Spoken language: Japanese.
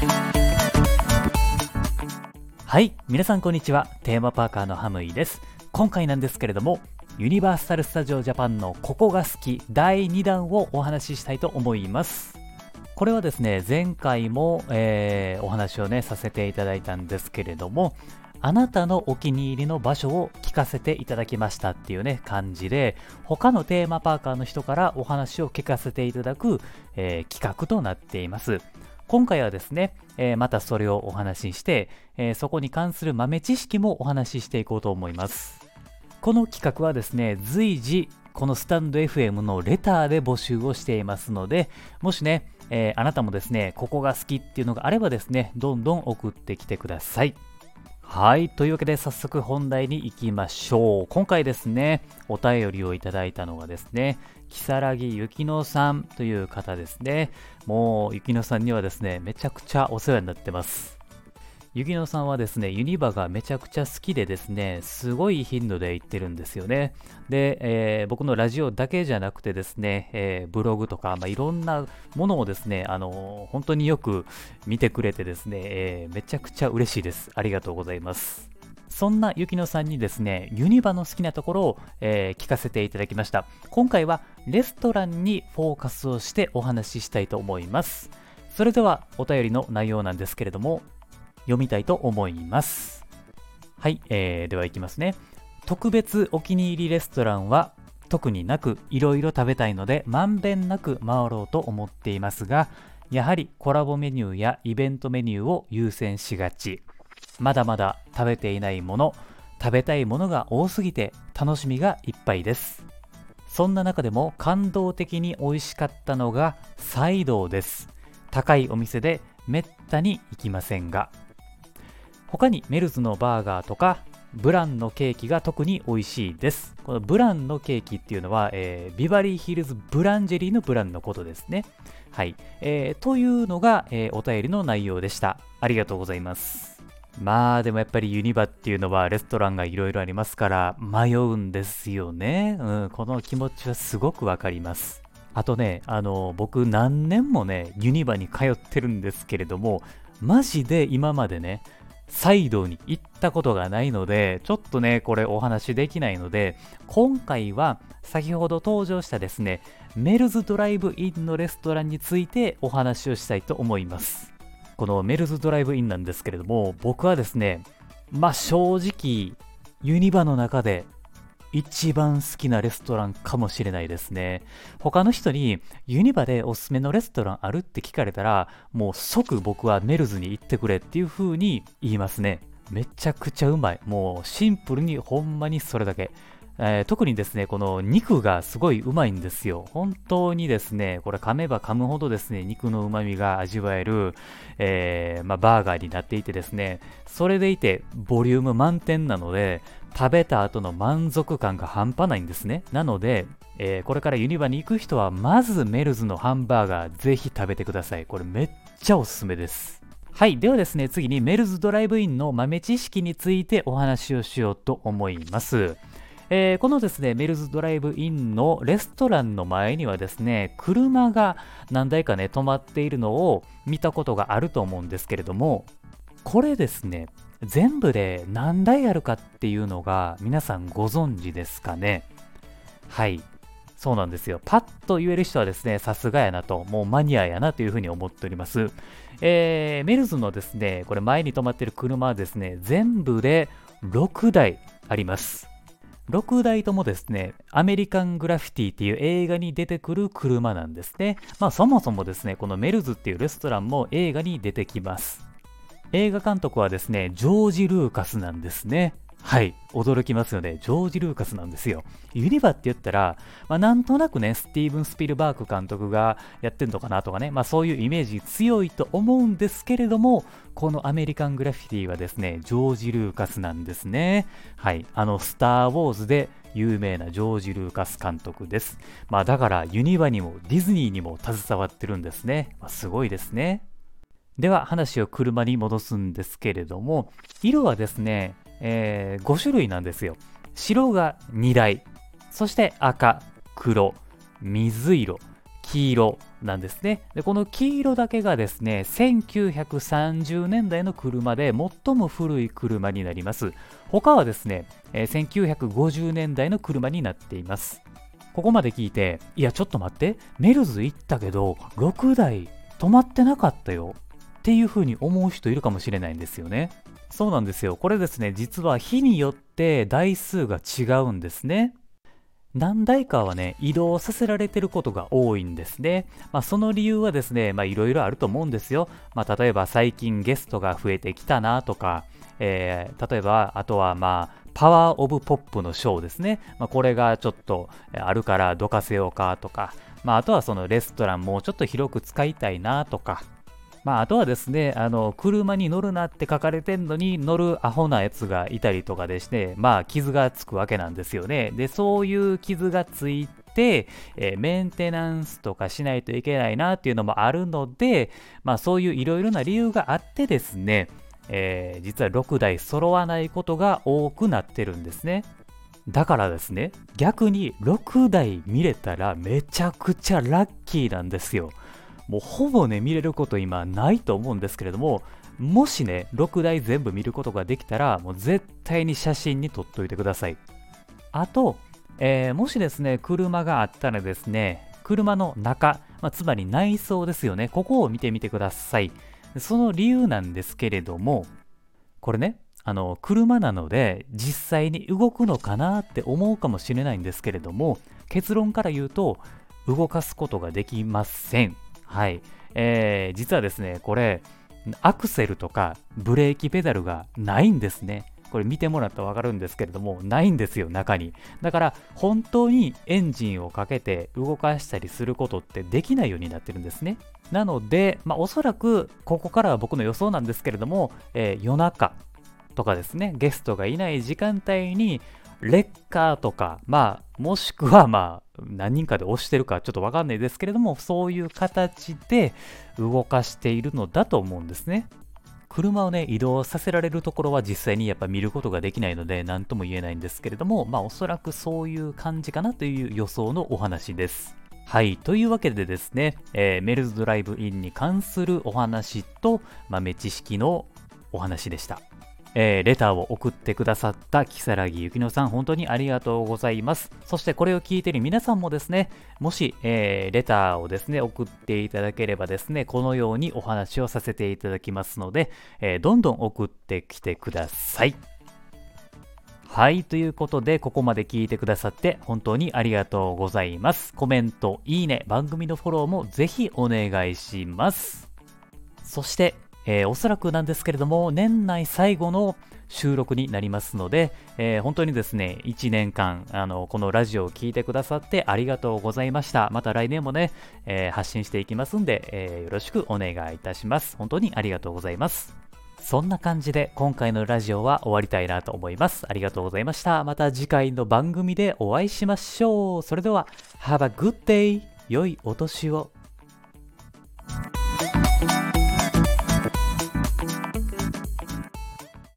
はい、皆さんこんにちは。テーマパーカーのハムイです。今回なんですけれども、ユニバーサル・スタジオ・ジャパンのここが好き第2弾をお話ししたいと思います。これはですね、前回も、お話をねさせていただいたんですけれども、あなたのお気に入りの場所を聞かせていただきましたっていうね感じで、他のテーマパーカーの人からお話を聞かせていただく、企画となっています。今回はですね、またそれをお話しして、そこに関する豆知識もお話ししていこうと思います。この企画はですね、随時このスタンド FM のレターで募集をしていますので、もしね、あなたもですね、ここが好きっていうのがあればですね、どんどん送ってきてください。はい、というわけで早速本題に行きましょう。今回ですね、お便りをいただいたのがですね、如月ゆきのさんという方ですね。もうゆきのさんにはですね、めちゃくちゃお世話になってます。ゆきのさんはですね、ユニバがめちゃくちゃ好きでですね、すごい頻度で行ってるんですよね。で、僕のラジオだけじゃなくてですね、ブログとか、いろんなものをですね、本当によく見てくれてですね、めちゃくちゃ嬉しいです。ありがとうございます。そんなゆきのさんにですね、ユニバの好きなところを、聞かせていただきました。今回はレストランにフォーカスをしてお話ししたいと思います。それではお便りの内容なんですけれども、読みたいと思います。はい、ではいきますね。特別お気に入りレストランは特になく、いろいろ食べたいのでまんべんなく回ろうと思っていますが、やはりコラボメニューやイベントメニューを優先しがち。まだまだ食べていないもの、食べたいものが多すぎて楽しみがいっぱいです。そんな中でも感動的に美味しかったのがサイドウです。高いお店でめったに行きませんが、他にメルズのバーガーとかブランのケーキが特に美味しいです。このブランのケーキっていうのは、ビバリーヒルズブランジェリーのブランのことですね。はい、というのが、お便りの内容でした。ありがとうございます。まあでもやっぱりユニバっていうのはレストランがいろいろありますから迷うんですよね。この気持ちはすごくわかります。あとね、僕何年もねユニバに通ってるんですけれども、マジで今までねサイドに行ったことがないので、ちょっとねこれお話できないので、今回は先ほど登場したですね、メルズドライブインのレストランについてお話をしたいと思います。このメルズドライブインなんですけれども、僕はですね、正直ユニバの中で一番好きなレストランかもしれないですね。他の人にユニバでおすすめのレストランあるって聞かれたら、もう即僕はメルズに行ってくれっていう風に言いますね。めちゃくちゃうまい。もうシンプルにほんまにそれだけ。特にですね、この肉がすごいうまいんですよ。本当にですね、これ噛めば噛むほどですね、肉のうまみが味わえる、バーガーになっていてですね、それでいてボリューム満点なので、食べた後の満足感が半端ないんですね。なので、これからユニバに行く人はまずメルズのハンバーガーぜひ食べてください。これめっちゃおすすめです。はい、ではですね、次にメルズドライブインの豆知識についてお話をしようと思います。このですね、メルズドライブインのレストランの前にはですね、車が何台かね、止まっているのを見たことがあると思うんですけれども、これですね、全部で何台あるかっていうのが皆さんご存知ですかね。はい。そうなんですよ。パッと言える人はですね、さすがやなと、もうマニアやなというふうに思っております。メルズのですね、これ前に止まっている車はですね、全部で6台あります。6台ともですね、アメリカングラフィティっていう映画に出てくる車なんですね。そもそもですね、このメルズっていうレストランも映画に出てきます。映画監督はですね、ジョージ・ルーカスなんですね。はい、驚きますよね。ジョージ・ルーカスなんですよ。ユニバって言ったら、なんとなくね、スティーブン・スピルバーグ監督がやってんのかなとかね、そういうイメージ強いと思うんですけれども、このアメリカングラフィティはですね、ジョージ・ルーカスなんですね。はい、スター・ウォーズで有名なジョージ・ルーカス監督です。だからユニバにもディズニーにも携わってるんですね。すごいですね。では話を車に戻すんですけれども、色はですね、5種類なんですよ。白が2台、そして赤、黒、水色、 黄色なんですね。で、この黄色だけがですね、1930年代の車で最も古い車になります。他はですね、1950年代の車になっています。ここまで聞いて、いやちょっと待って、メルズ行ったけど6台止まってなかったよっていう風に思う人いるかもしれないんですよね。そうなんですよ。これですね、実は日によって台数が違うんですね。何台かはね、移動させられてることが多いんですね。その理由はですね、いろいろあると思うんですよ。例えば最近ゲストが増えてきたなとか、例えば、あとはパワーオブポップのショーですね。これがちょっとあるからどかせようかとか、あとはそのレストランもうちょっと広く使いたいなとか、あとはですね、車に乗るなって書かれてんのに乗るアホなやつがいたりとかでして、傷がつくわけなんですよね。で、そういう傷がついて、メンテナンスとかしないといけないなっていうのもあるので、そういういろいろな理由があってですね、実は6台揃わないことが多くなってるんですね。だからですね、逆に6台見れたらめちゃくちゃラッキーなんですよ。もうほぼね、見れること今ないと思うんですけれども、もしね、6台全部見ることができたら、もう絶対に写真に撮っといてください。あと、もしですね、車があったらですね、車の中、つまり内装ですよね、ここを見てみてください。その理由なんですけれども、これね、車なので実際に動くのかなって思うかもしれないんですけれども、結論から言うと、動かすことができません。はい。実はですね、これ、アクセルとかブレーキペダルがないんですね。これ見てもらったらわかるんですけれども、ないんですよ、中に。だから、本当にエンジンをかけて動かしたりすることってできないようになってるんですね。なので、おそらく、ここからは僕の予想なんですけれども、夜中とかですね、ゲストがいない時間帯に、レッカーとか、もしくは何人かで押してるかちょっとわかんないですけれども、そういう形で動かしているのだと思うんですね。車をね、移動させられるところは実際にやっぱ見ることができないので、何とも言えないんですけれども、おそらくそういう感じかなという予想のお話です。はい。というわけでですね、メルズドライブインに関するお話と、豆知識のお話でした。レターを送ってくださった木更木ゆきのさん、本当にありがとうございます。そしてこれを聞いている皆さんもですね、もし、レターをですね、送っていただければですね、このようにお話をさせていただきますので、どんどん送ってきてください。はい、ということで、ここまで聞いてくださって本当にありがとうございます。コメント、いいね、番組のフォローもぜひお願いします。そして、おそらくなんですけれども、年内最後の収録になりますので、本当にですね、1年間、このラジオを聞いてくださってありがとうございました。また来年もね、発信していきますんで、よろしくお願いいたします。本当にありがとうございます。そんな感じで今回のラジオは終わりたいなと思います。ありがとうございました。また次回の番組でお会いしましょう。それでは、Have a good day! 良いお年を。